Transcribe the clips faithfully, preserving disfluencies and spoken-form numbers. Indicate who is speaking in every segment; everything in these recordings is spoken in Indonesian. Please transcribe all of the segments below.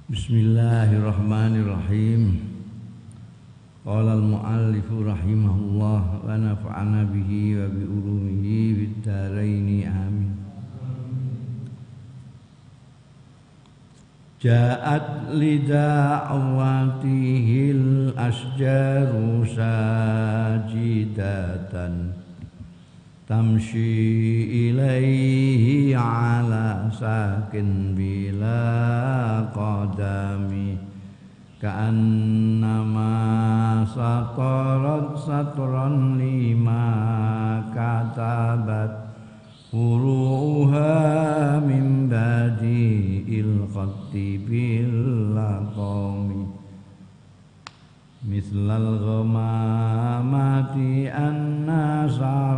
Speaker 1: Bismillahirrahmanirrahim. Qala al-muallif rahimahullah wa nafa'ana bihi wa bi ulumihi fid dharain amin. Ja'at lida'awatihil asjaru sajidatan tamshi ilaihi ala sakin bila qadami ka'annama satarat satran lima katabat furuha min badi'il khatti bil laqami mislal ghamamati anna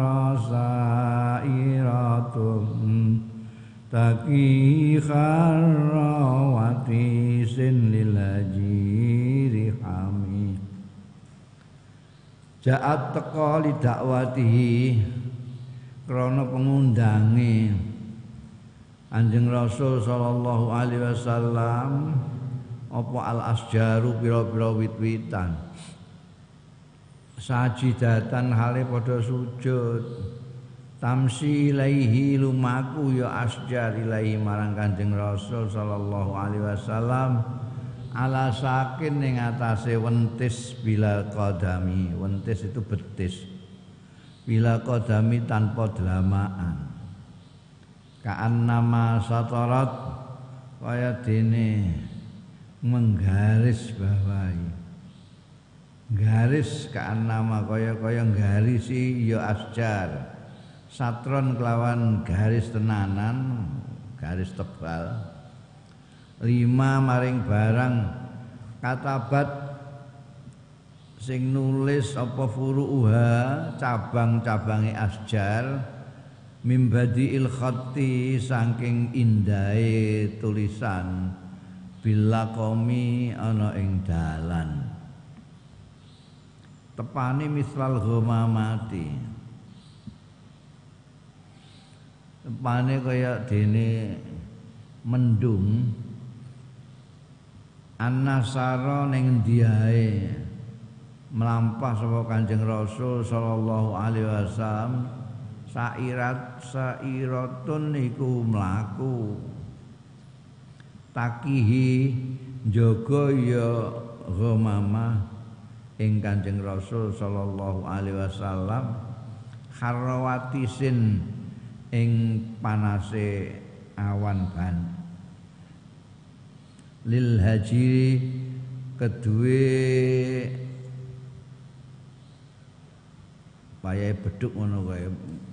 Speaker 1: sarasairatun taqi kharrawati sin lil ajiri hami ja'at taqa li dakwatihi krana pengundange Kanjeng Rasul sallallahu alaihi wasallam apa al-asjaru pira-pira wit-witan sajidatan hale padha sujud tamsi ilaihi lumaku ya asjar ilaihi marang Kanjeng Rasul sallallahu alaihi wasallam ala sakin ning atase wentis bila qadami wentis itu betis bila qadami tanpa delamaan ka'annama satarat kaya dene menggaris bawahi garis ka'annama kaya-kaya garisi ya asjar satron kelawan garis tenanan garis tebal lima maring barang katabat sing nulis apa furuha cabang-cabange asjar mimbadiil khatti saking indahe tulisan bila komi ana ing dalan tepane mislal ghamamati tepane kaya dene mendung annasara ning ndiae melampah sapa Kanjeng Rasul sallallahu alaihi wasallam sairat sairatun iku mlaku takihi njaga ya ghamamah ing Kanjeng Rasul sallallahu alaihi wasallam kharrawatisin ing panase awan ban lil haji kedue payahe beduk ngono kae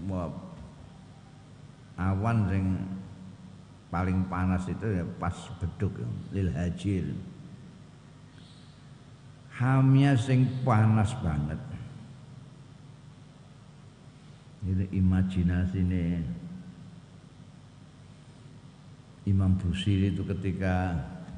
Speaker 1: awan sing paling panas itu ya pas beduk lil hajil hamnya sing panas banget itu imajinasine Imam Busiri itu ketika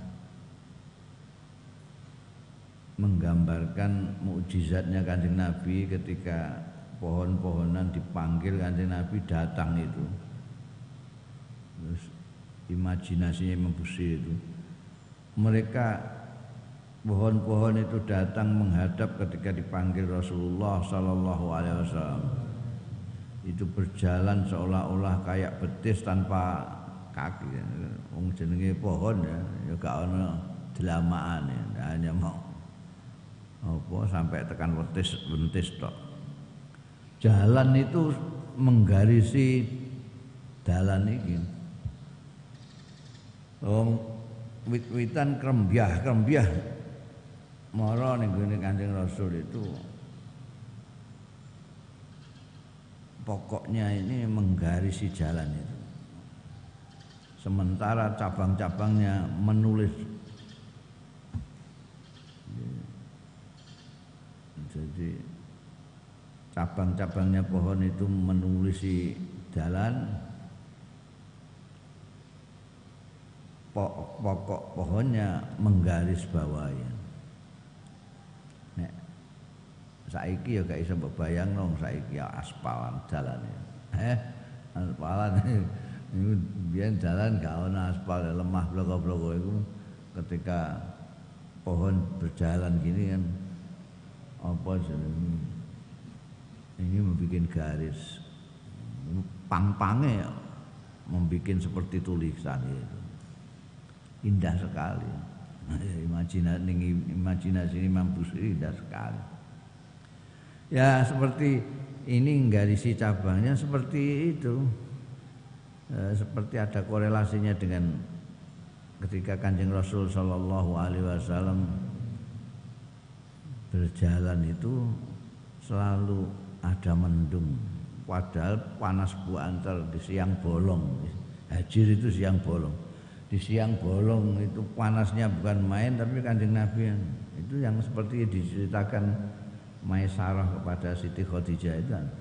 Speaker 1: menggambarkan mukjizatnya Kanjeng Nabi ketika pohon-pohonan dipanggil Kanjeng Nabi datang itu terus imajinasinya Imam Busiri itu mereka pohon-pohon itu datang menghadap ketika dipanggil Rasulullah sallallahu alaihi wasallam itu berjalan seolah-olah kayak betis tanpa kaki wong jenenge pohon ya ya gak ana delamaan ya hanya mau apa sampai tekan betis bentis tok jalan itu menggarisi dalan iki wong wit-witan krembyah-krembyah mara ning gone Kanjeng Rasul itu pokoknya ini menggarisi jalan itu sementara cabang-cabangnya menulis jadi cabang-cabangnya pohon itu menulisi jalan pokok pohonnya menggaris bawahi nek saiki ya gak iso mbok bayangno saiki ya aspalan dalane eh aspalan niku biyen dalan gak ana aspal lemah bloko-bloko iku ketika pohon berjalan gini kan apa jenenge ini membuat garis pang-pangnya membuat seperti tulisan itu indah sekali. Imajinasi imajinasi Imam Busiri indah sekali. Ya seperti ini garisi cabangnya seperti itu, e, seperti ada korelasinya dengan ketika Kanjeng Rasul Shallallahu Alaihi Wasallam berjalan itu selalu ada mendung, padahal panas buantar di siang bolong. Hajir itu siang bolong, di siang bolong itu panasnya bukan main, tapi Kanjeng Nabi itu yang seperti diceritakan Maisarah kepada Siti Khadijah itu kan.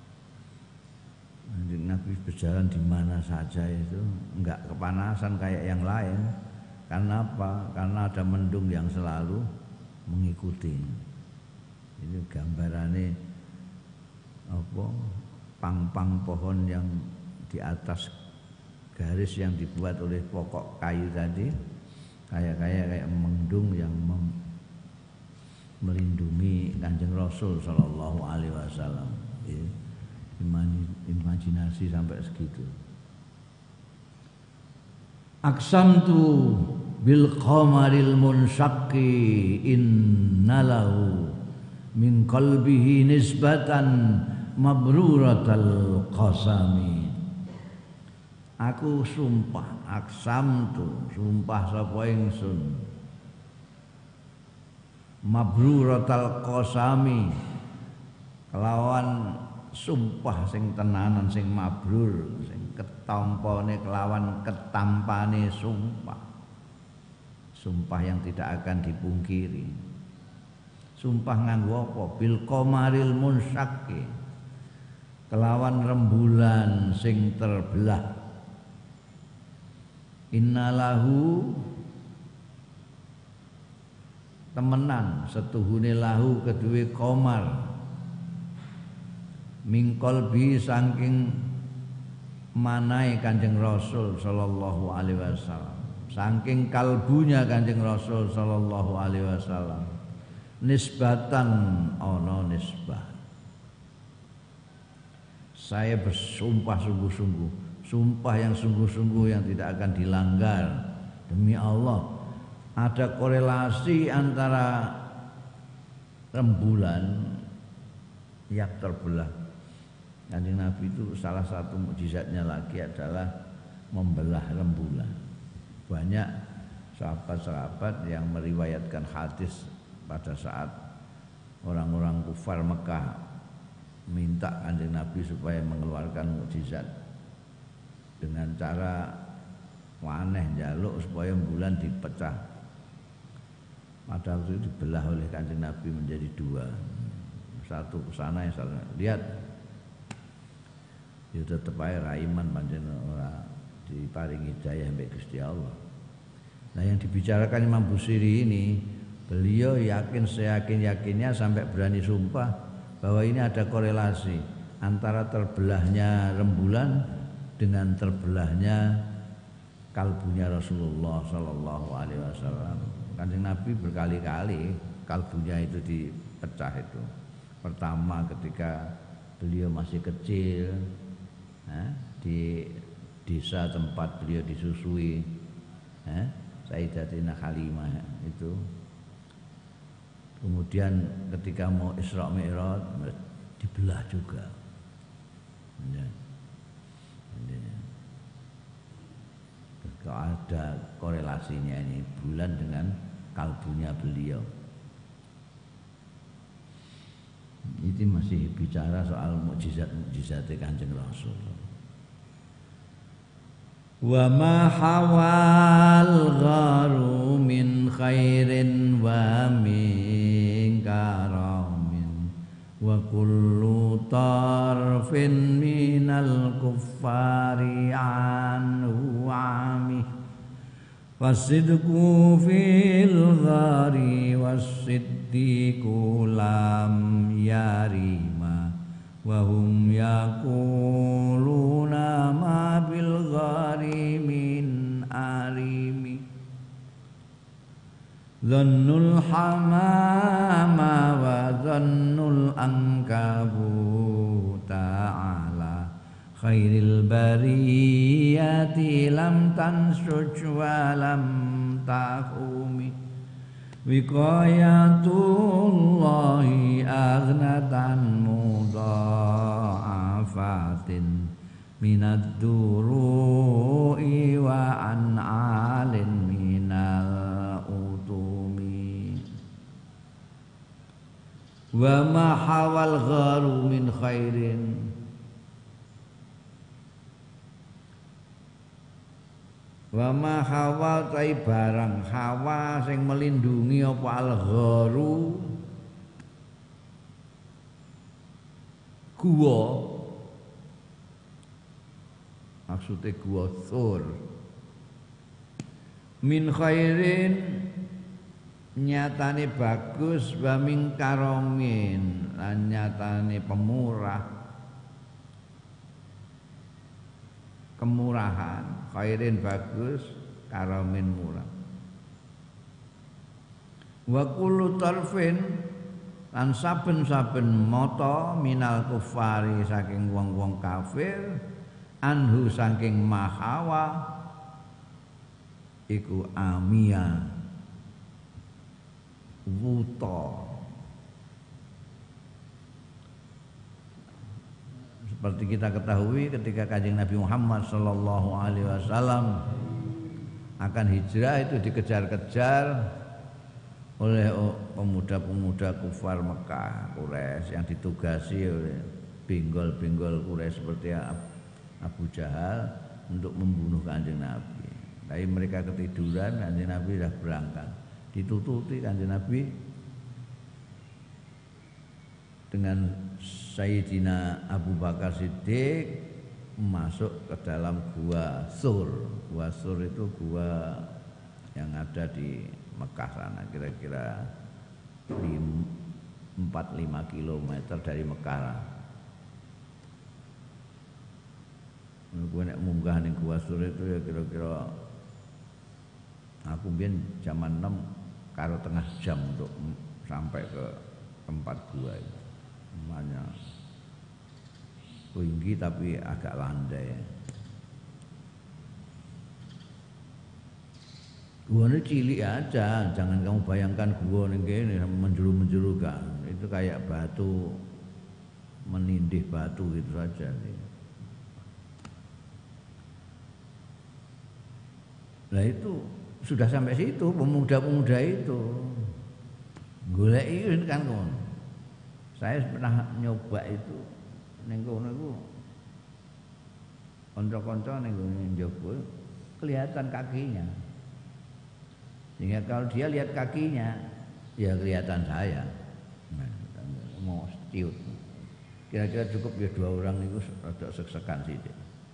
Speaker 1: Nabi berjalan di mana saja itu enggak kepanasan kayak yang lain. Karena apa? Karena ada mendung yang selalu mengikuti. Ini gambarannya apa? Pang-pang pohon yang di atas garis yang dibuat oleh pokok kayu tadi kayak kayak kayak mendung yang mem melindungi Kanjeng Rasul Sallallahu Alaihi Wasallam. Ya, imajinasi sampai segitu. Aqsamtu bil qamaril munsaqqi innalahu min qalbihi nisbatan mabruratal qasami. Aku sumpah, aqsamtu, sumpah sapa ingsun mabruratal qasami kelawan sumpah sing tenanan sing mabrur sing ketampane kelawan ketampane sumpah sumpah yang tidak akan dipungkiri. Sumpah nganggo apa? Bil qamaril munsaqqi kelawan rembulan sing terbelah. Innalahu temenan setuhune lahu kedue qamar min qalbi saking manahe Kanjeng Rasul sallallahu alaihi wasallam, saking kalbunya Kanjeng Rasul sallallahu alaihi wasallam, nisbatan ana nisbah. Saya bersumpah sungguh-sungguh, sumpah yang sungguh-sungguh yang tidak akan dilanggar demi Allah. Ada korelasi antara rembulan yang terbelah. Kanjeng Nabi itu salah satu mukjizatnya lagi adalah membelah rembulan. Banyak sahabat-sahabat yang meriwayatkan hadis pada saat orang-orang kufar Mekah minta Kanjeng Nabi supaya mengeluarkan mukjizat dengan cara aneh njaluk supaya bulan dipecah. Pada waktu itu dibelah oleh Kanjeng Nabi menjadi dua, satu ke sana yang satu lihat. Ya tetep ae raiman pancen ora diparingi hidayah mbek Gusti Allah. Nah yang dibicarakan Imam Busiri ini, beliau yakin seyakin-yakinnya sampai berani sumpah bahwa ini ada korelasi antara terbelahnya rembulan dengan terbelahnya kalbunya Rasulullah Sallallahu Alaihi Wasallam. Kanjeng Nabi berkali-kali kalbunya itu dipecah itu. Pertama ketika beliau masih kecil, eh, di desa tempat beliau disusui, eh, Sayyidatina Halimah itu. Kemudian ketika mau Isra Mi'raj dibelah juga. Ya. Ada korelasinya ini bulan dengan kalbunya beliau. Ini masih bicara soal mukjizat-mukjizat Kanjeng Rasul. Wa ma hawal gharu min khairin wa min karamin wa kullu tarfin minal kuffari anhu ami wasidku fil ghari wasiddiqu lam yarima wa hum yaquluna ma bil ghari min arimi. Dhannul hamama wa dhannul ankabu ta'ala khairil bariyati lam tansuj wa lam tahumi wiqayatullahi aghnatan mudha'afatin minad duru'i wa an'alin minal utumi wa ma hawal gharu min khairin wa ma hawa tai barang hawa sing melindungi apa al gharu gua maksudnya gua sur min khairin nyatane bagus wa min karomin lan nyatane pemurah kemurahan khairin bagus karomin murah wa kullu tarfin lan saben-saben mata minal kufari saking wong-wong kafir anhu saking mahawa iku amia wuta seperti kita ketahui ketika Kanjeng Nabi Muhammad sallallahu alaihi wasallam akan hijrah itu dikejar-kejar oleh pemuda-pemuda kufar Mekah Quraisy yang ditugasi oleh benggol-benggol Quraisy seperti Abu Jahal untuk membunuh Kanjeng Nabi. Tapi mereka ketiduran, Kanjeng Nabi sudah berangkat. Ditututi Kanjeng Nabi dengan Sayyidina Abu Bakar Siddiq masuk ke dalam gua Sur. Gua Sur itu gua yang ada di Mekah sana, kira-kira empat lima kilometer dari Mekah. Gue nek munggah ning gua Sur itu ya kira-kira aku mbiyen zaman enam karo tengah jam untuk sampai ke tempat gua itu. Namanya tinggi tapi agak landai. Gua ini cilik aja, jangan kamu bayangkan gua ning kene menjeru-menjeru kan. Itu kayak batu menindih batu gitu saja nih. Nah itu sudah sampai situ pemuda-pemuda itu goleki kan kon. Saya pernah nyoba itu ning kono iku kanca-kanca ning njaba kelihatan kakinya. Sehingga kalau dia lihat kakinya ya kelihatan saya. Nah, mau ciut. Kira-kira cukup ya dua orang itu rada sek-sekan sithik.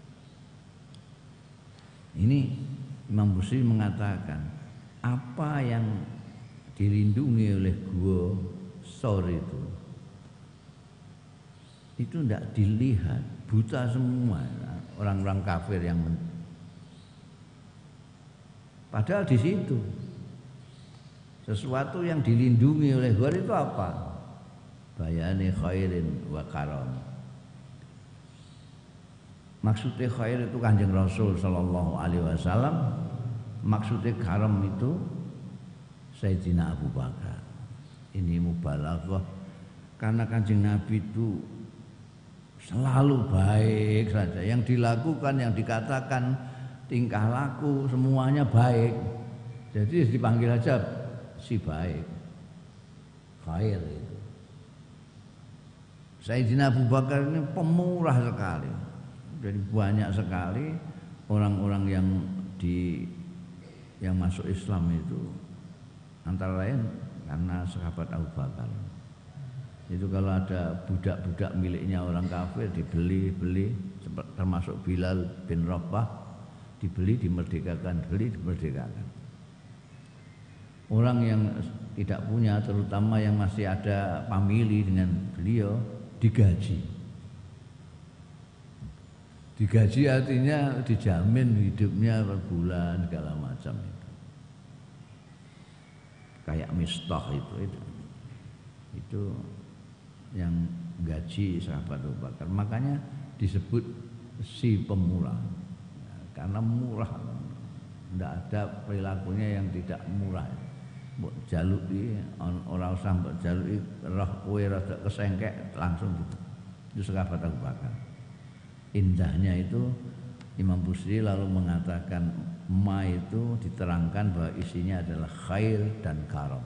Speaker 1: Ini Imam Busiri mengatakan apa yang dilindungi oleh gua Sur itu itu tidak dilihat, buta semua orang-orang kafir yang men... padahal di situ sesuatu yang dilindungi oleh gua itu apa? Bayani khairin wa karam. Maksudnya khair itu Kanjeng Rasul sallallahu alaihi wasallam, maksudnya karam itu Sayyidina Abu Bakar. Ini mubalaghah karena Kanjeng Nabi itu selalu baik saja, yang dilakukan, yang dikatakan, tingkah laku semuanya baik. Jadi dipanggil aja si baik. Khair itu. Sayyidina Abu Bakar ini pemurah sekali. Jadi banyak sekali orang-orang yang di yang masuk Islam itu antara lain karena sahabat Abu Bakar. Itu kalau ada budak-budak miliknya orang kafir dibeli-beli, termasuk Bilal bin Rabah, dibeli dimerdekakan, beli dimerdekakan. Orang yang tidak punya, terutama yang masih ada famili dengan beliau, digaji. Digaji artinya dijamin hidupnya per bulan segala macam itu. kayak Mistah itu itu, itu yang gaji sahabat Abu Bakar, makanya disebut si pemurah karena murah, tidak ada perilakunya yang tidak murah. Mbok jaluki ora usah mbok jaluki roh kowe rada kesengkek langsung gitu. Itu sahabat Abu Bakar. Indahnya itu Imam Busiri lalu mengatakan ma itu diterangkan bahwa isinya adalah khair dan karam.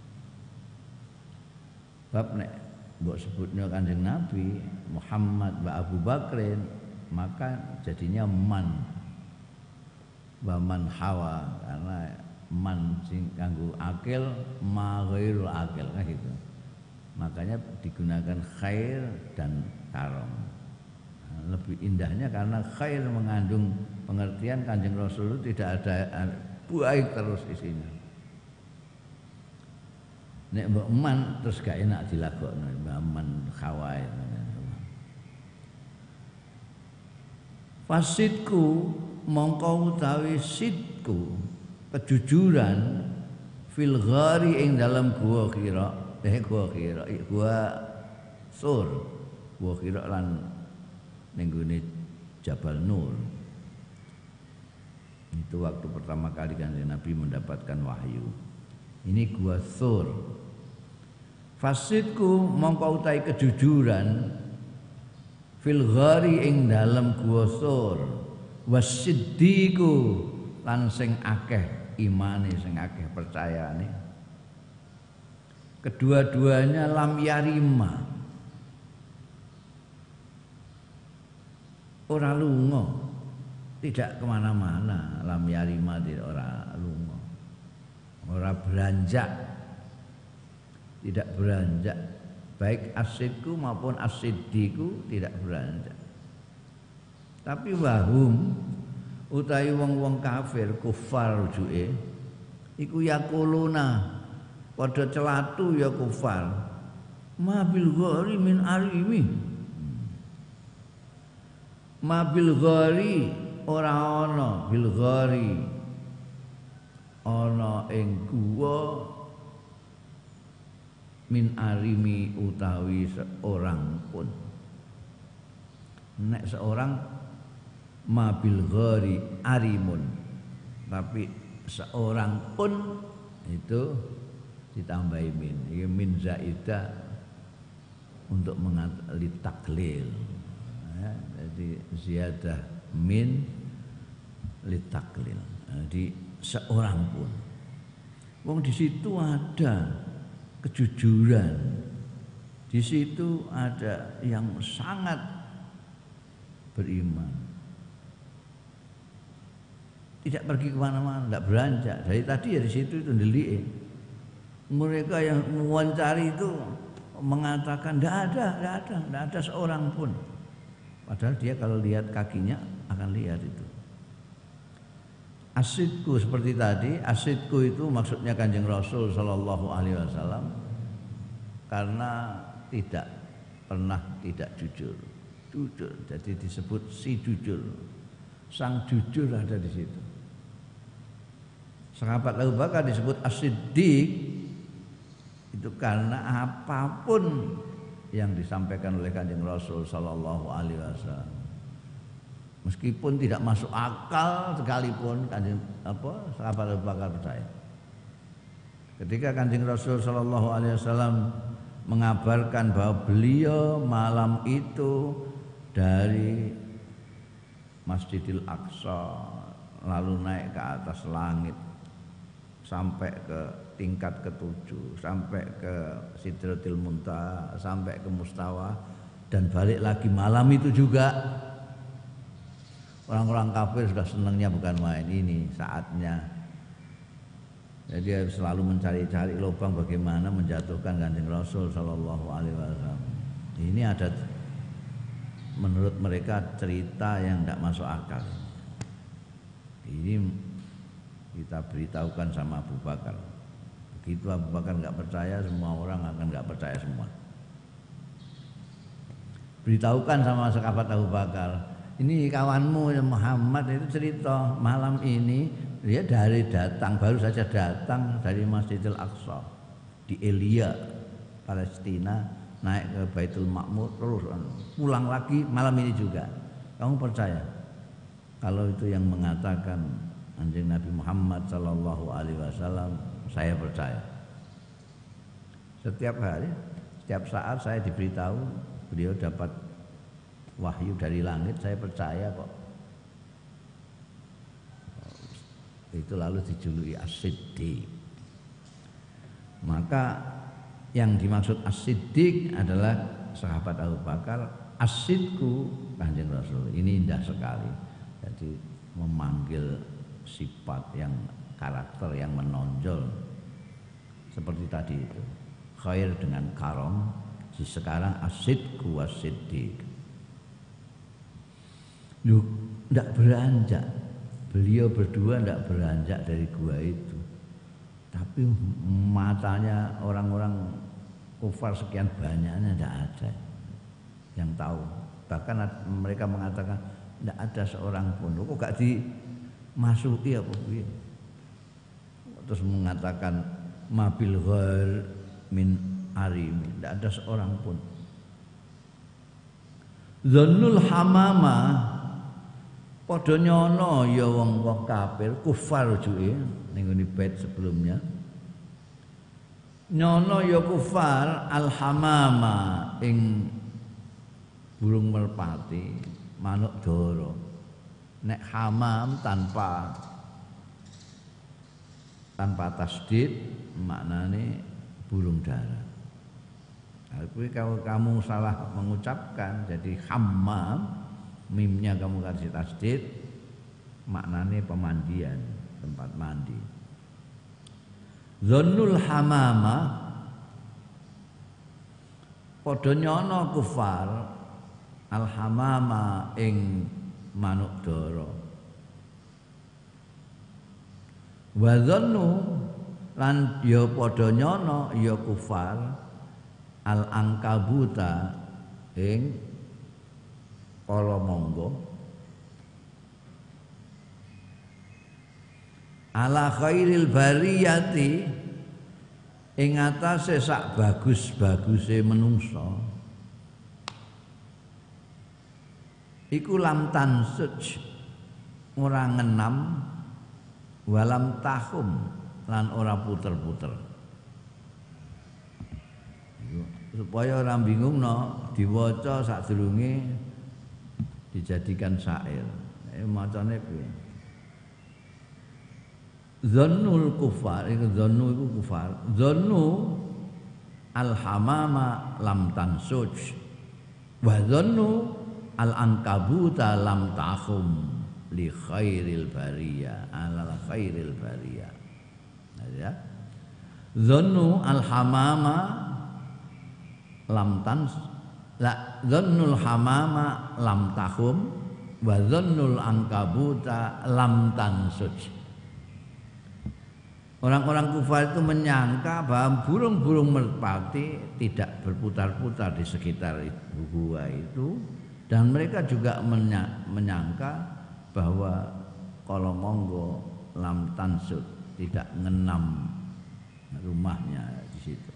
Speaker 1: Bab nek mbok sebutnya Kanjeng Nabi Muhammad wa Abu Bakrin, maka jadinya man wa man hawa, karena man sing kanggo akil ma ghairul akil kan gitu. Makanya digunakan khair dan karam. Nah, lebih indahnya karena khair mengandung pengertian Kanjeng Rasul itu tidak ada baik terus isinya. Nek mbok man terus gak enak dilagokno, man khawai. Fasidku mongko utawi sidku, kejujuran fil ghari ing dalam gua Hira, eh gua Hira, gua Sur, gua Hira lan ning gone Jabal Nur. Itu waktu pertama kali Kanjeng Nabi mendapatkan wahyu. Ini gua Sur. Fasidku mongko utawi kejujuran fil ghari ing dalam gua Sur, wasiddiku lan sing akeh imane, sing akeh percayane. Kedua-duanya lam yarima, ora lunga, tidak kemana-mana. Lam yarima tidak ora lunga, ora beranjak, tidak beranjak. Baik asidku maupun asiddiku tidak beranjak. Tapi wahum utawi wong-wong kafir kufar rujuke iku yakuluna padha celatu ya kufar ma bil ghari min arimi, ma bil ghari ora ana bil ghari ana ing guwa min arimi utawi seorang pun. Nek seorang mabil ghari arimun, tapi seorang pun itu ditambahi min. Ini min zaidah untuk mengatali taklil ya, jadi ziyadah min litaklil. Jadi seorang pun. Wong di situ ada kejujuran, di situ ada yang sangat beriman, tidak pergi kemana-mana, tidak beranjak. Dari tadi ya di situ itu ndelik. Mereka yang mewawancari itu mengatakan tidak ada, tidak ada, tidak ada seorang pun. Padahal dia kalau lihat kakinya akan lihat itu. Asidku seperti tadi, asidku itu maksudnya Kanjeng Rasul Sallallahu Alaihi Wasallam, karena tidak pernah tidak jujur, jujur. Jadi disebut si jujur, sang jujur ada di situ. Sahabat Abu Bakar disebut as-siddiq itu karena apapun yang disampaikan oleh Kanjeng Rasul Sallallahu Alaihi Wasallam, meskipun tidak masuk akal sekalipun, Kanjeng apa sahabat Abu Bakar percaya. Ketika Kanjeng Rasul Sallallahu Alaihi Wasallam mengabarkan bahwa beliau malam itu dari Masjidil Aqsa lalu naik ke atas langit sampai ke tingkat ketujuh, sampai ke Sidratil Muntaha, sampai ke Mustawa dan balik lagi malam itu juga. Orang-orang kafir sudah senangnya bukan main, ini saatnya. Jadi dia selalu mencari-cari lubang bagaimana menjatuhkan Kanjeng Rasul Sallallahu Alaihi Wasallam. Ini ada menurut mereka cerita yang tidak masuk akal. Ini kita beritahukan sama Abu Bakar. Begitu Abu Bakar nggak percaya, semua orang akan nggak percaya semua. Beritahukan sama sahabat Abu Bakar. Ini kawanmu Muhammad itu cerita malam ini Dia dari datang, baru saja datang dari Masjidil Aqsa di Elia, Palestina, naik ke Baitul Ma'mur, terus pulang lagi malam ini juga. Kamu percaya? Kalau itu yang mengatakan Kanjeng Nabi Muhammad Sallallahu Alaihi Wasallam, saya percaya. Setiap hari, setiap saat saya diberitahu beliau dapat wahyu dari langit, saya percaya kok. Itu lalu dijuluki As-Siddiq. Maka yang dimaksud As-Siddiq adalah sahabat Abu Bakar, As-Sidku Kanjeng Rasul. Ini indah sekali. Jadi memanggil sifat yang karakter yang menonjol seperti tadi itu. Khair dengan karom, di sekarang As-Sidku Was-Siddiq. Loh, tidak beranjak. Beliau berdua tidak beranjak dari gua itu. Tapi matanya orang-orang kufar sekian banyaknya tidak ada yang tahu. Bahkan mereka mengatakan tidak ada seorang pun. Kok gak dimasuki apa piye? Terus mengatakan mabil ghair min arimi, tidak ada seorang pun. Dzannul hamama padha nyono ya wong-wong kafir kufar juke ning ngene bait sebelumnya. Nyono ya kufar al-hamama ing burung merpati, manuk dara. Nek hamam tanpa tanpa tasdid maknane burung dara. Tapi kalau kamu salah mengucapkan jadi hammam, mimnya kamu kasih tasdid, maknane pemandian, tempat mandi. Dzannul hamama padha nyono kufar al hamama ing manuk dara. Wa dzannu lan ya padha nyono ya kufar al angkabuta ing kala monggo ala khairil bariyati ing atase sak bagus-baguse menungso iku lam tansuj ora ngenam walam tahum lan ora puter-puter supaya orang bingung no diwaca sadurunge dijadikan syair. Eh macane piye? Dzannul kufar, iku dzannu iku kufar. Dzannu al-hamama lam tansuj. Wa dzannu al-ankabuta lam tahum li khairil bariyah, ala khairil bariyah. Ya. Dzannu al-hamama lam tans la dzannul hamama lam tahum wa dzannul ankabuta lam tansuj. Orang-orang kufar itu menyangka bahwa burung-burung merpati tidak berputar-putar di sekitar gua itu, dan mereka juga menyangka bahwa kalau monggo lam tansud tidak ngenam rumahnya di situ.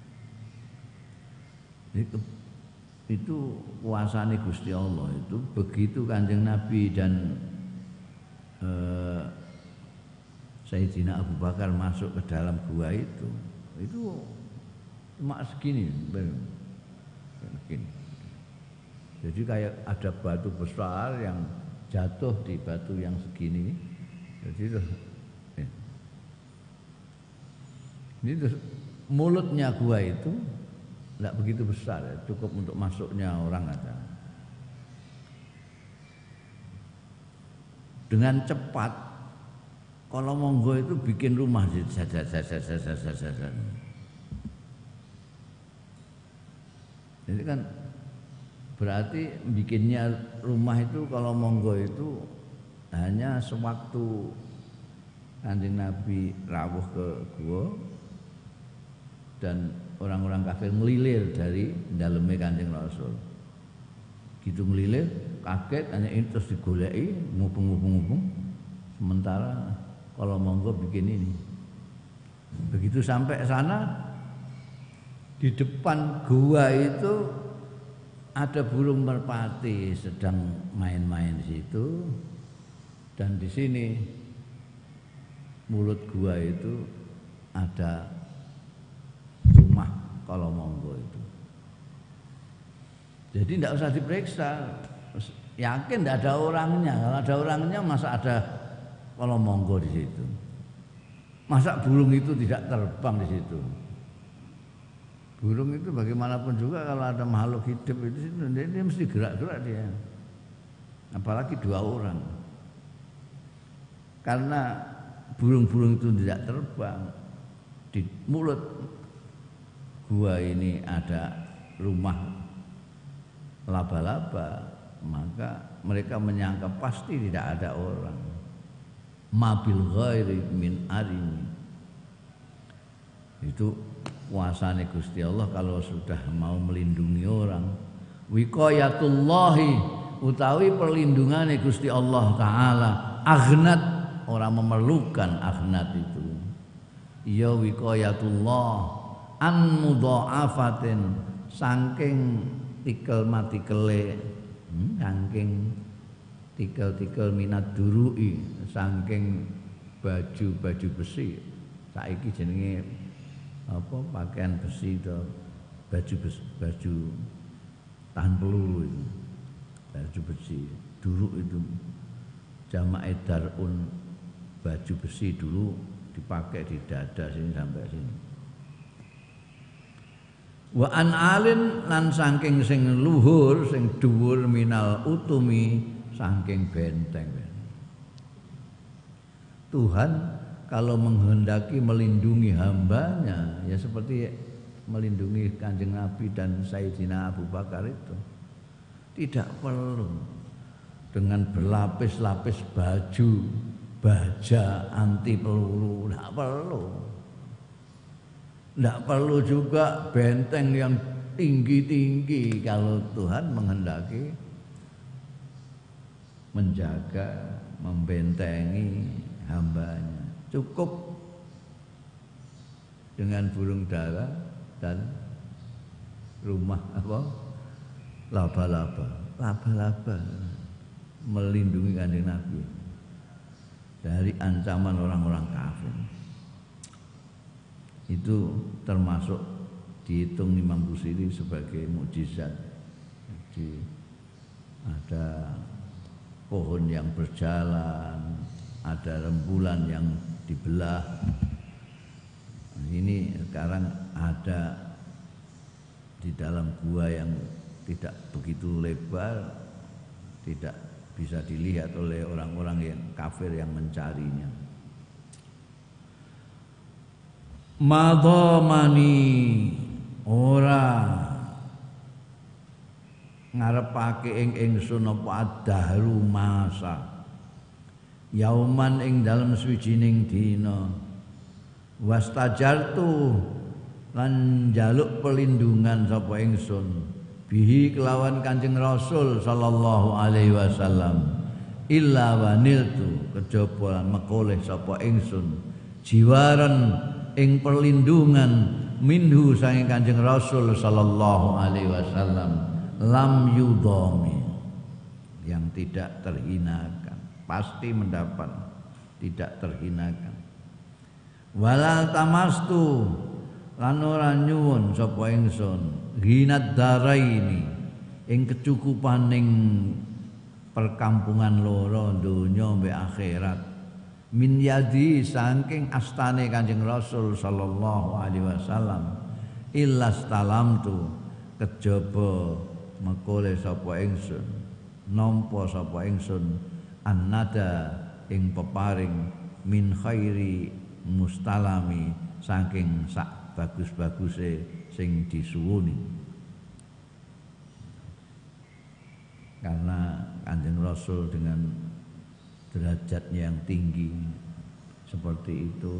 Speaker 1: Itu, itu kuasane Gusti Allah itu begitu Kanjeng Nabi dan eh, Sayyidina Abu Bakar masuk ke dalam gua itu, itu cuma segini, begini. Jadi kayak ada batu besar yang jatuh di batu yang segini. Jadi terus, eh. ini terus mulutnya gua itu tidak begitu besar, ya, cukup untuk masuknya orang aja. Dengan cepat. Kalau monggo itu bikin rumah saja saja saja saja. Jadi kan berarti bikinnya rumah itu kalau monggo itu hanya sewaktu Kanjeng Nabi rawuh ke gua dan orang-orang kafir melilir dari dalamnya Kanjeng Rasul. Gitu melilir, kaget hanya itu terus digoleki, ngubung-ngubung-ngubung. Sementara kalau monggo bikin ini. Begitu sampai sana, di depan gua itu ada burung merpati sedang main-main di situ, dan di sini mulut gua itu ada rumah kalau monggo itu. Jadi tidak usah diperiksa, yakin tidak ada orangnya. Kalau ada orangnya masa ada kalau monggo di situ. Masa burung itu tidak terbang di situ. Burung itu bagaimanapun juga kalau ada makhluk hidup itu dia, dia mesti gerak-gerak dia. Apalagi dua orang. Karena burung-burung itu tidak terbang, di mulut gua ini ada rumah laba-laba, maka mereka menyangka pasti tidak ada orang. Mabil ghairi min arimi. Itu kuasane Gusti Allah kalau sudah mau melindungi orang. Wiqayatullahi utawi perlindungane Gusti Allah taala. Aghnat, orang memerlukan aghnat itu. Ya wiqayatullah an mudha'afatin, saking tikel mati kele, hmm, saking tikel-tikel minat duru'i, saking baju-baju besi. Saiki jenenge apa, pakaian besi itu, baju besi, baju tahan peluru itu, baju besi. Duru itu jamae darun, baju besi dulu dipakai di dada sini sampai sini. Wa an alin, lan saking sing luhur sing dhuwur minal utumi, saking benteng. Tuhan kalau menghendaki melindungi hambanya, ya seperti melindungi Kanjeng Nabi dan Sayyidina Abu Bakar itu, tidak perlu dengan berlapis-lapis baju baja anti peluru, tidak perlu. Tidak perlu juga benteng yang tinggi-tinggi kalau Tuhan menghendaki menjaga, membentengi hambanya. Cukup dengan burung dara dan rumah apa? Laba-laba, laba-laba melindungi Kanjeng Nabi dari ancaman orang-orang kafir. Itu termasuk dihitung Imam Busiri sebagai mukjizat. Jadi ada pohon yang berjalan, ada rembulan yang dibelah. Ini sekarang ada di dalam gua yang tidak begitu lebar, tidak bisa dilihat oleh orang-orang yang kafir yang mencarinya. Madhamani, ora ngarepake ing ingsun apa adharu masa, yauman ing dalem swijining dina, wastajartu lan njaluk pelindungan sapa ingsun bihi kelawan Kanjeng Rasul sallallahu alaihi wasallam, illa waniltu kejaba lan mekoleh sapa ingsun jiwaran ing perlindungan minhu saking Kanjeng Rasul sallallahu alaihi wasallam, lam yudhami, yang tidak terhinakan, pasti mendapat, tidak terhinakan. Walal tamastu, lan ora nyuwun sapa ingsun ghinad daraini, ing kecukupaning perkampungan loro donya mbek akhirat, min yadi saking astane Kanjeng Rasul sallallahu alaihi wasallam, illas talamtu kejaba mekole sapa ingsun, nampa sapa ingsun annada ing peparing min khairi mustalami, saking sak bagus-baguse sing disuwuni. Karena Kanjeng Rasul dengan derajatnya yang tinggi seperti itu,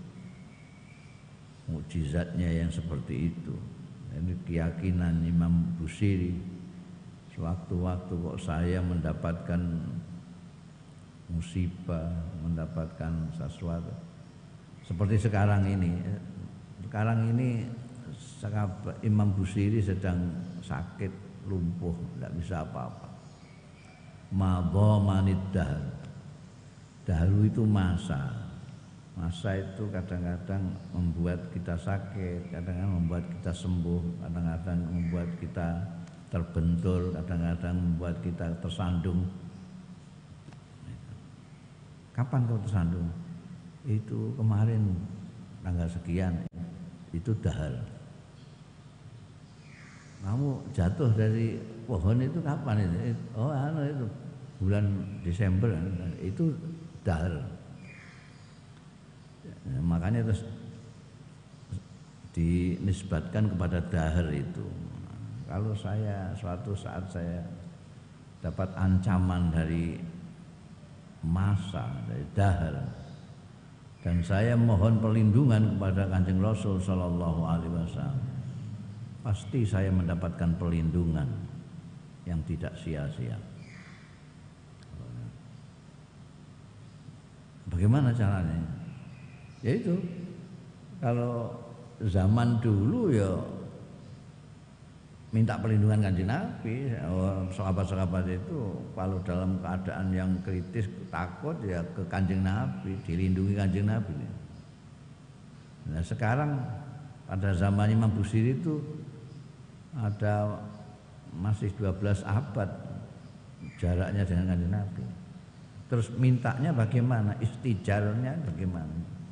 Speaker 1: mukjizatnya yang seperti itu. Ini keyakinan Imam Busiri. Sewaktu-waktu kok saya mendapatkan musibah, mendapatkan sesuatu. Seperti sekarang ini. Sekarang ini Imam Busiri sedang sakit, lumpuh, tidak bisa apa-apa. Madha manid dahr. Dahulu itu masa. Masa itu kadang-kadang membuat kita sakit, kadang-kadang membuat kita sembuh, kadang-kadang membuat kita terbentur, kadang-kadang membuat kita tersandung. Kapan kau tersandung? Itu kemarin tanggal sekian, itu dahar. Kamu jatuh dari pohon itu kapan itu? Oh, anu itu bulan Desember, itu dahar. Nah, makanya terus dinisbatkan kepada dahar itu. Kalau saya suatu saat saya dapat ancaman dari masa, dari dahar, dan saya mohon perlindungan kepada Kanjeng Rasul sallallahu alaihi wasallam, pasti saya mendapatkan perlindungan yang tidak sia-sia. Bagaimana caranya? Yaitu kalau zaman dulu ya minta perlindungan Kanjeng Nabi. Sahabat-sahabat itu kalau dalam keadaan yang kritis takut ya ke Kanjeng Nabi, dilindungi Kanjeng Nabi. Nah sekarang pada zaman Imam Busiri itu ada masih dua belas abad jaraknya dengan Kanjeng Nabi. Terus mintanya bagaimana? Istijarnya bagaimana?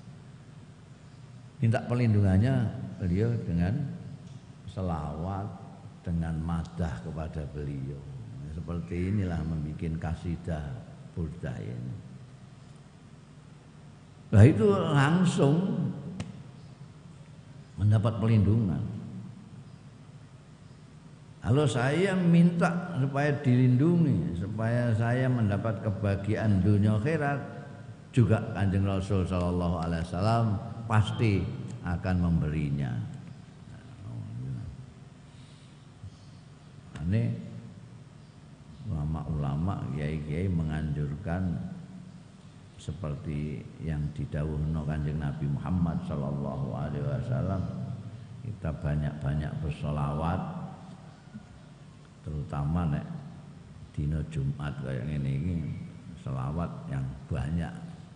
Speaker 1: Minta perlindungannya beliau dengan selawat, dengan madah kepada beliau. Seperti inilah membuat kasidah burdah ini. Nah itu langsung mendapat perlindungan. Kalau saya minta supaya dilindungi, supaya saya mendapat kebahagiaan dunia akhirat, juga Kanjeng Rasul sallallahu alaihi wasallam pasti akan memberinya. Ini ulama-ulama, kiai-kiai menganjurkan seperti yang didhawuhna Kanjeng Nabi Muhammad sallallahu alaihi wasallam, kita banyak-banyak bersolawat, terutama nek dina Jumat kayak ngene iki, selawat yang banyak.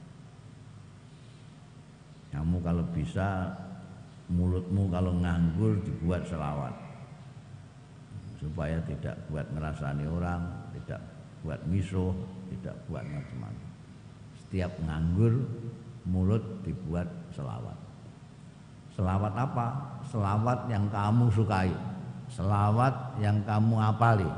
Speaker 1: Kamu kalau bisa, mulutmu kalau nganggur dibuat selawat, supaya tidak buat ngerasani orang, tidak buat misuh, tidak buat macam-macam. Setiap nganggur, mulut dibuat selawat. Selawat apa? Selawat yang kamu sukai, selawat yang kamu apali.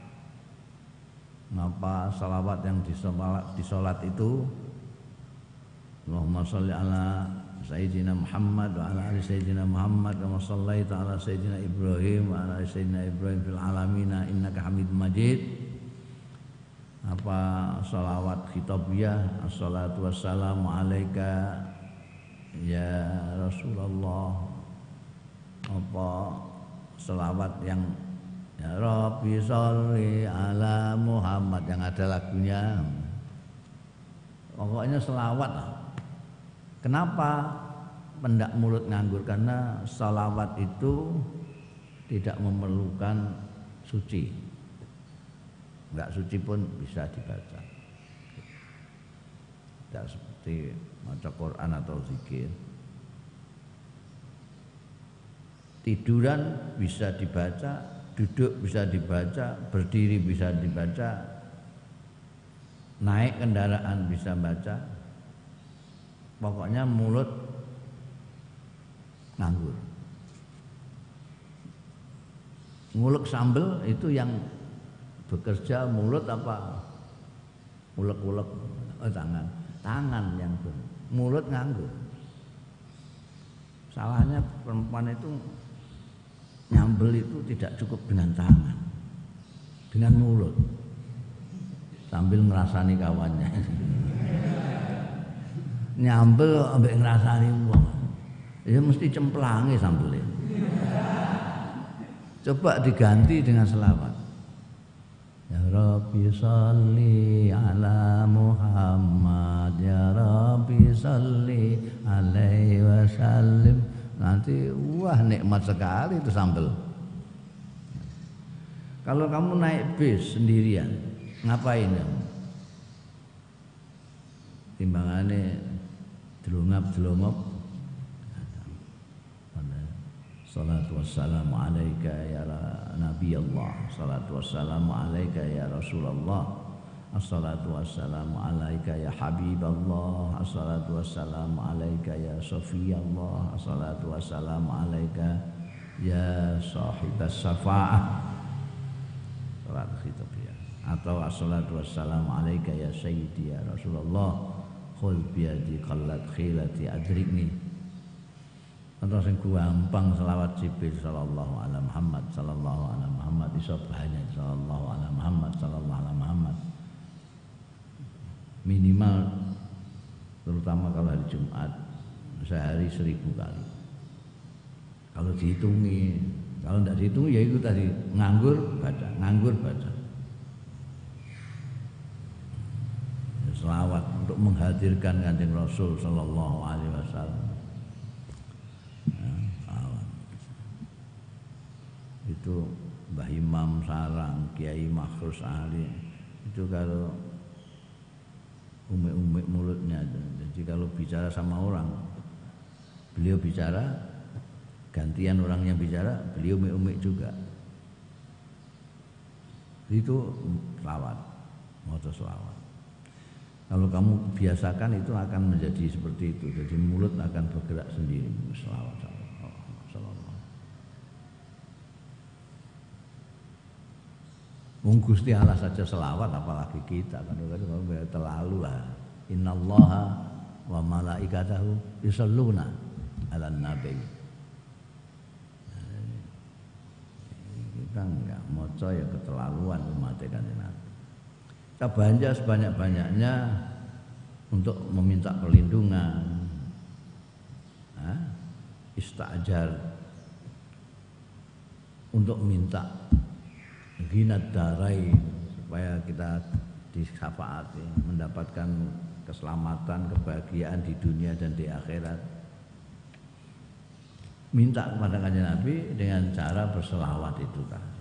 Speaker 1: Ngapa selawat yang di sholat itu? Allahumma sholli ala Sayyidina Muhammad wa ala ali Sayyidina Muhammad kama shallaita ala Sayyidina Ibrahim wa ala ali Sayyidina Ibrahim fil alamin innaka Hamidum Majid. Apa salawat khitabiyah, assalatu wassalamu alaika ya Rasulullah. Apa selawat yang ya Rabbi sholli ala Muhammad yang ada lagunya. Pokoknya selawat lah. Kenapa pendak mulut nganggur? Karena salawat itu tidak memerlukan suci. Enggak suci pun bisa dibaca. Tidak seperti baca Quran atau zikir. Tiduran bisa dibaca, duduk bisa dibaca, berdiri bisa dibaca, naik kendaraan bisa baca. Pokoknya mulut nganggur. Ngulek sambel itu yang bekerja mulut apa? Ulek-ulek oh, tangan. Tangan yang ber, mulut nganggur. Salahnya perempuan itu nyambel itu tidak cukup dengan tangan, dengan mulut. Sambil ngerasani kawannya. Nyambel ambek ngrasani wong. Ya mesti cemplange sambele. Coba diganti dengan selawat. Ya Rabbi salli ala Muhammad, ya Rabbi salli alaihi wasallim. Nanti wah nikmat sekali itu sambel. Kalau kamu naik bis sendirian, ngapain kamu? Timbangane delungap-delungop. Salatu wassalamu alaika ya Nabi Allah, salatu wassalamu alaika ya Rasulullah, assalatu wassalamu alaika ya Habib Allah, assalatu wassalamu alaika ya Safiyallah, assalatu wassalamu alaika ya sahibas syafa'ah. Salat khitab ya. Atau assalatu wassalamu alaika ya Sayyidi ya Rasulullah, khul biyadi qallat khilati adrikni. Atau sing gampang selawat Jibril sallallahu alaihi Muhammad sallallahu alaihi Muhammad iso banyak sallallahu alaihi Muhammad sallallahu alaihi Muhammad. Minimal terutama kalau hari Jumat sehari seribu kali. Kalau dihitungi, kalau tidak dihitungi ya itu tadi nganggur baca, nganggur baca. Selawat untuk menghadirkan Kanjeng Rasul sallallahu alaihi wasallam. Itu Mbah Imam Sarang, Kiai Makhrus Ali itu kalau umik-umik mulutnya. Jadi kalau bicara sama orang, beliau bicara gantian orang yang bicara, beliau umik-umik juga. Itu selawat, maca selawat. Kalau kamu biasakan itu akan menjadi seperti itu. Jadi mulut akan bergerak sendiri selawat. Wong Gusti Allah saja selawat apalagi kita kan terlalu lah. Innallaha wa malaikatahu yusholluna 'alan nabi. Kita enggak maca ya keterlaluan umat Kanjeng Nabi. Kita belanja sebanyak-banyaknya untuk meminta perlindungan. Hah? Istajar untuk minta ginat darai supaya kita disyafaati mendapatkan keselamatan, kebahagiaan di dunia dan di akhirat. Minta kepada Kanjeng Nabi dengan cara berselawat itu tadi.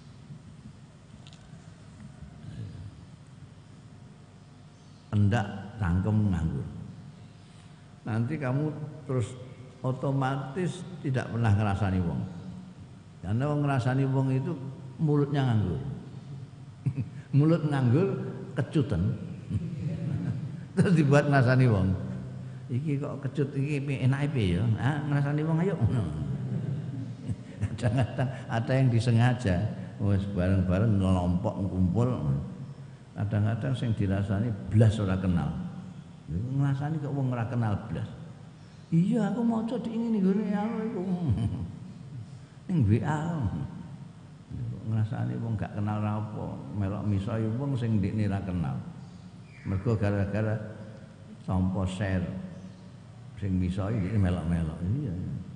Speaker 1: Hendak cangkem nganggur. Nanti kamu terus otomatis tidak pernah ngerasani wong. Karena wong ngerasani wong itu mulutnya nganggur. Mulut nganggur kecutan. Terus dibuat ngrasani wong. Iki kok kecut iki enake piye ya? Ah ngrasani wong ayo. Kadang-kadang ada yang disengaja wis bareng-bareng ngelompok ngumpul. Kadang-kadang sing dirasani blas ora kenal. Ngrasani kok wong ora kenal blas. Iya aku maca di ngene nggone iku. Ning W A. Ngrasani wong gak kenal apa, melok misoi wong sing ndekne ra kenal. Mergo gara-gara tampa share sing misoi ndekne melok-melok. Iya.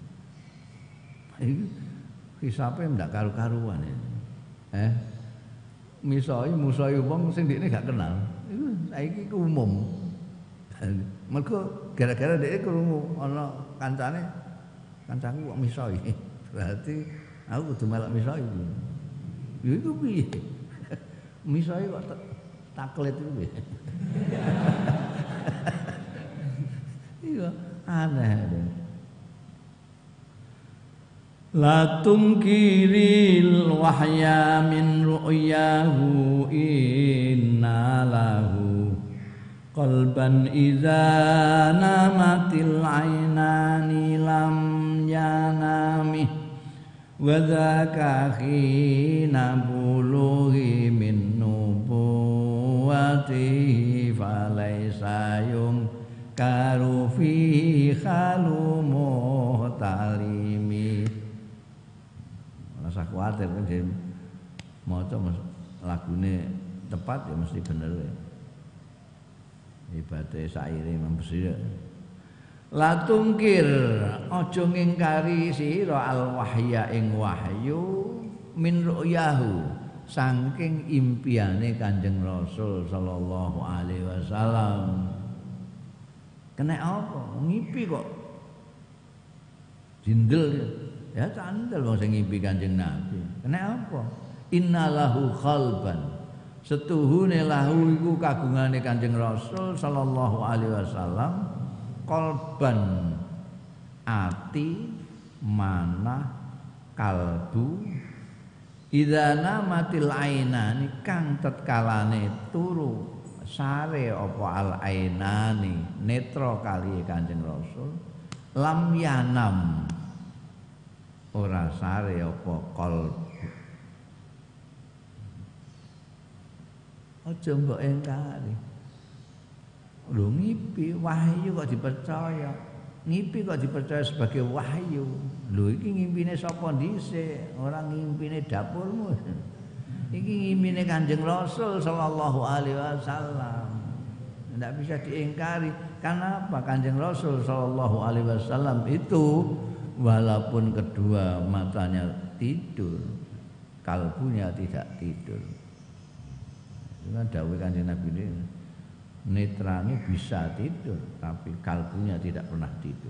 Speaker 1: Iki hisape ndak karu-karuan ini. Eh. Misoi musoi wong sing ndekne gak kenal. Iku saiki ku umum. Mergo gara-gara dhek krungu ana kancane kancaku kok misoi. Berarti aku kudu melok misoi. Ya itu piye? Misalnya kok taklet itu piye? Iya, aneh deh. La tungkiril wahya min ru'yahu inna lahu qalban idza namatil ainani lam yanami wa dzaka khina bulughi min nubuwati falaysa yung karu fi khalumu talimi. Rasa kuwatir kan dia maca lagune tepat ya mesti bener ya. Ibate saire membesir. La tungkir aja ngingkari sira al wahya ing wahyu min ru'yahu saking impiane Kanjeng Rasul sallallahu alaihi wasallam. Kena apa? Ngipi kok. Jindel ya candel wong sing ngimpi Kanjeng Nabi. Kena apa? Innalahu khalban. Setuhune lahu iku kagungane Kanjeng Rasul sallallahu alaihi wasallam qalban ati manah kalbu idza namatil ainani kang tetkalane turu sare apa al ainani netra kali Kanjeng Rasul lam yanam ora sare apa qalbu. Aja mbok engkari. Lho ngipi wahyu kok dipercaya. Ngipi kok dipercaya sebagai wahyu. Lho iki ngimpine sapa dhisik? Ora ngimpine dapurmu. Iki ngimpine Kanjeng Rasul sallallahu alaihi wasallam. Tidak bisa diingkari. Karena apa? Kanjeng Rasul sallallahu alaihi wasallam itu walaupun kedua matanya tidur, kalbunya tidak tidur. Karena dawuh Kanjeng Nabi ini netranya bisa tidur tapi kalbunya tidak pernah tidur.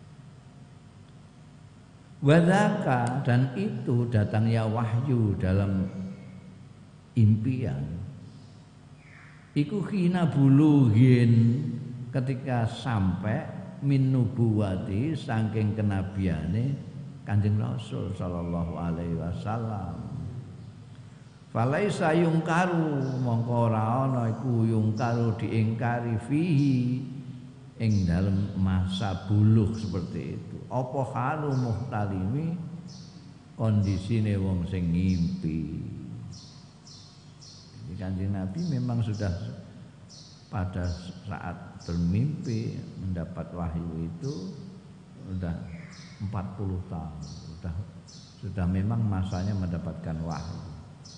Speaker 1: Wadaka dan itu datangnya wahyu dalam impian. Iku khina bulughin ketika sampai min nubuwati saking kenabiane Kanjeng Rasul sallallahu alaihi wasallam. Falaisa yungkaru mongko ora ana iku yungkaru diingkari fihi ing dalem masa buluh seperti itu. Apa halu muhtalimi kondisine wong sing ngimpi. Jadi Kanjeng Nabi memang sudah pada saat bermimpi mendapat wahyu itu sudah empat puluh tahun. Sudah sudah memang masanya mendapatkan wahyu.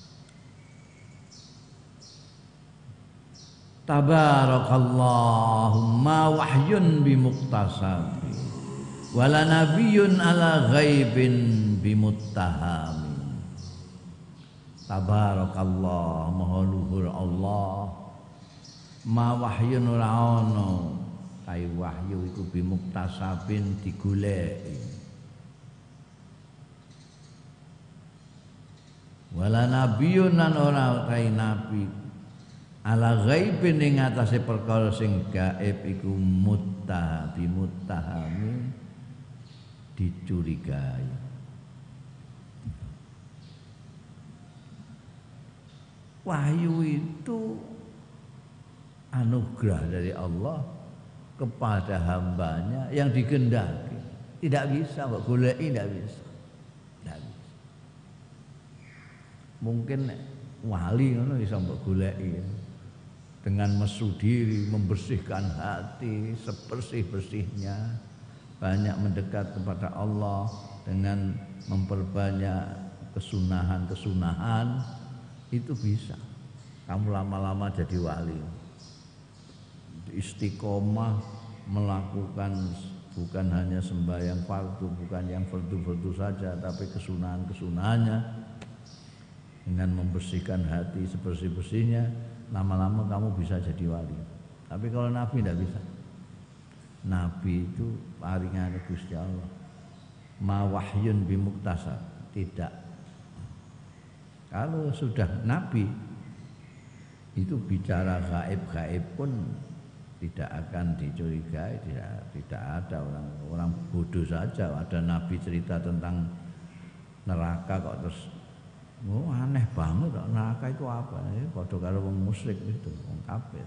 Speaker 1: Tabarakallahumma wahyun bimuktasabi wala nabiyyun ala ghaibin bimuttahami. Tabarakallah maha luhur Allah ma wahyun ora ana kai wahyu iku bimuktasabin digoleki wala nabiyyun lan ora kai nabi ala ghaibin ing atase perkara sing gaib iku muttahabi muttahami dicurigai. Wahyu itu anugerah dari Allah kepada hambanya yang dikehendaki. Tidak bisa kok goleki, tidak bisa. Tidak bisa. Mungkin wali ngono iso mbok goleki. Dengan mesu diri, membersihkan hati sebersih-bersihnya, banyak mendekat kepada Allah dengan memperbanyak kesunahan-kesunahan, itu bisa. Kamu lama-lama jadi wali. Istiqomah melakukan bukan hanya sembahyang fardu, bukan yang fardu-fardu saja, tapi kesunahan-kesunahannya dengan membersihkan hati sebersih-bersihnya. Lama-lama kamu bisa jadi wali. Tapi kalau Nabi tidak bisa. Nabi itu paringane Gusti Allah. Ma wahyun bimuktasab, tidak. Kalau sudah Nabi itu bicara gaib-gaib pun tidak akan dicurigai, tidak tidak ada orang orang bodoh saja. Ada Nabi cerita tentang neraka kok terus oh aneh banget kok neraka itu apa? Ini padha karo wong musyrik itu, wong kafir.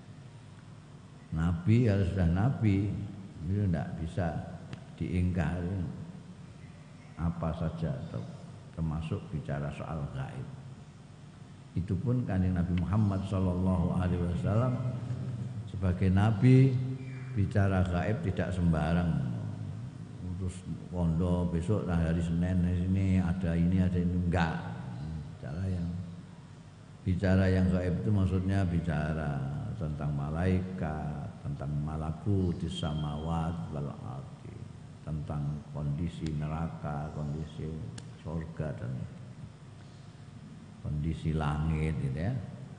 Speaker 1: Nabi harus sudah nabi, itu tidak bisa diingkari apa saja termasuk bicara soal gaib. Itu pun Kanjeng Nabi Muhammad sallallahu alaihi wasallam sebagai nabi bicara gaib tidak sembarang. Terus kondo besok hari Senin ini ada ini ada ini enggak. Bicara yang bicara yang gaib itu maksudnya bicara tentang malaikat, tentang malakut di samawat wal ardi, tentang kondisi neraka, kondisi surga dan kondisi langit gitu ya.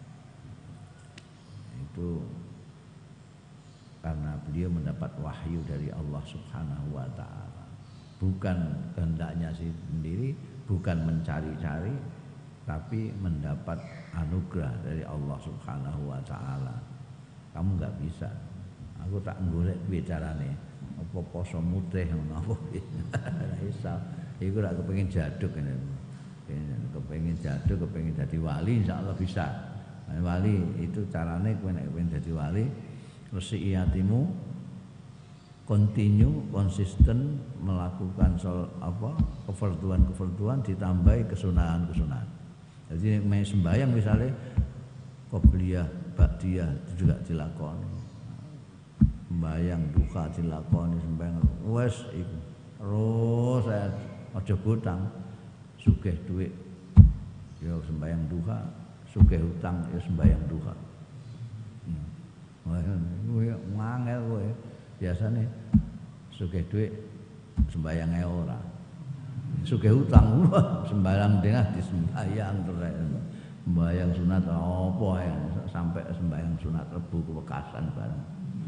Speaker 1: Itu karena beliau mendapat wahyu dari Allah Subhanahu wa taala. Bukan kehendaknya sendiri, bukan mencari-cari, tapi mendapat anugerah dari Allah Subhanahu wa taala. Kamu enggak bisa. Aku tak golek piye carane. Apa poso mutih ngono apa. Ora iso. Iku ora kepengin jaduk ngene. Kepengin jaduk, kepengin dadi wali insyaallah bisa. Wali itu carane kowe nek kepengin dadi wali resiki hatimu, continue, konsisten melakukan sol, apa kefarduan-kefarduan ditambahi kesunahan-kesunahan. Jadi main sembahyang misalnya qobliyah, ba'diyah itu juga dilakoni. Sembahyang duha dilakoni, sembahyang wes iku. Terus saya aja butang, sugih duit ya sembahyang duha, sugih utang ya sembahyang duha. Wah, kowe ngangel kowe. Biasane sugih dhuwit sembayange ora. Sugih utang sembayang dengah disembayang terus. Sembayang sunat apa ya sampai sembayang sunat Rebu kewekasan bareng.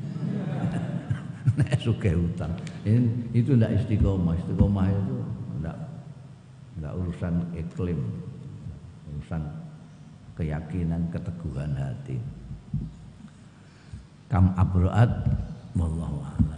Speaker 1: Nek sugih utang. Ini, itu ndak istiqomah. Istiqomah itu ndak ndak urusan iklim. Urusan keyakinan, keteguhan hati. Kam abroat wallahu a'lam.